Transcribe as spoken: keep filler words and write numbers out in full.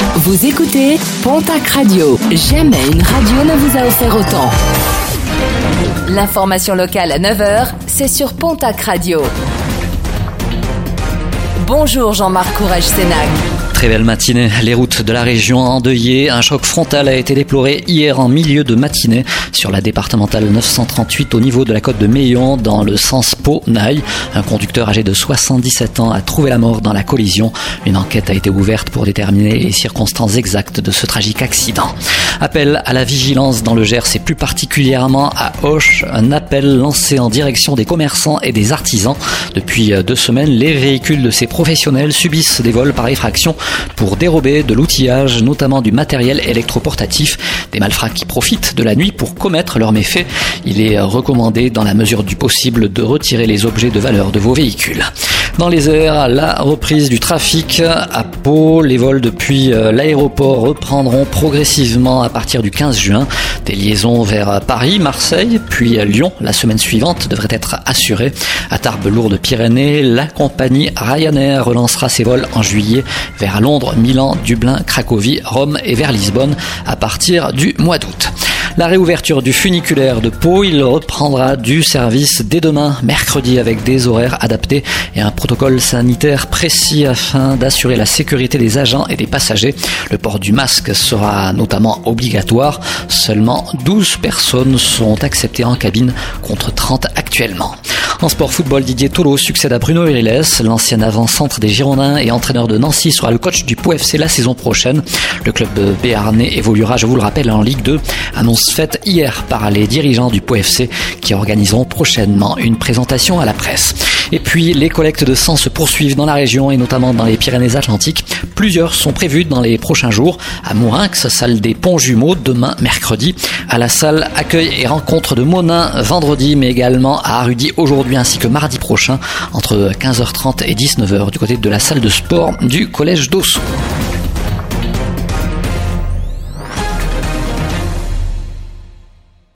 Vous écoutez Pontac Radio. Jamais une radio ne vous a offert autant. L'information locale à neuf heures, c'est sur Pontac Radio. Bonjour Jean-Marc Courage-Sénac. Très belle matinée. Les routes de la région endeuillées. Un choc frontal a été déploré hier en milieu de matinée sur la départementale neuf cent trente-huit au niveau de la côte de Meillon dans le sens Pau-Naï. Un conducteur âgé de soixante-dix-sept ans a trouvé la mort dans la collision. Une enquête a été ouverte pour déterminer les circonstances exactes de ce tragique accident. Appel à la vigilance dans le Gers et plus particulièrement à Auch. Un appel lancé en direction des commerçants et des artisans. Depuis deux semaines, les véhicules de ces professionnels subissent des vols par effraction pour dérober de l'outillage, notamment du matériel électroportatif. Des malfrats qui profitent de la nuit pour commettre leurs méfaits. Il est recommandé, dans la mesure du possible, de retirer les objets de valeur de vos véhicules. Dans les airs, la reprise du trafic à Pau. Les vols depuis l'aéroport reprendront progressivement à partir du quinze juin. Des liaisons vers Paris, Marseille, puis Lyon la semaine suivante devraient être assurées. À Tarbes, Lourdes-Pyrénées, la compagnie Ryanair relancera ses vols en juillet vers Londres, Milan, Dublin, Cracovie, Rome et vers Lisbonne à partir du mois d'août. La réouverture du funiculaire de Pau, il reprendra du service dès demain, mercredi, avec des horaires adaptés et un protocole sanitaire précis afin d'assurer la sécurité des agents et des passagers. Le port du masque sera notamment obligatoire. Seulement douze personnes sont acceptées en cabine contre trente actuellement. En sport football, Didier Tholo succède à Bruno Uriles. L'ancien avant-centre des Girondins et entraîneur de Nancy sera le coach du Pau F C la saison prochaine. Le club béarnais évoluera, je vous le rappelle, en Ligue deux. Annonce faite hier par les dirigeants du Pau F C qui organiseront prochainement une présentation à la presse. Et puis, les collectes de sang se poursuivent dans la région et notamment dans les Pyrénées-Atlantiques. Plusieurs sont prévues dans les prochains jours. À Mourinx, salle des Ponts Jumeaux, demain mercredi. À la salle accueil et rencontre de Monin vendredi, mais également à Arudy aujourd'hui ainsi que mardi prochain entre quinze heures trente et dix-neuf heures du côté de la salle de sport du collège d'Ossau.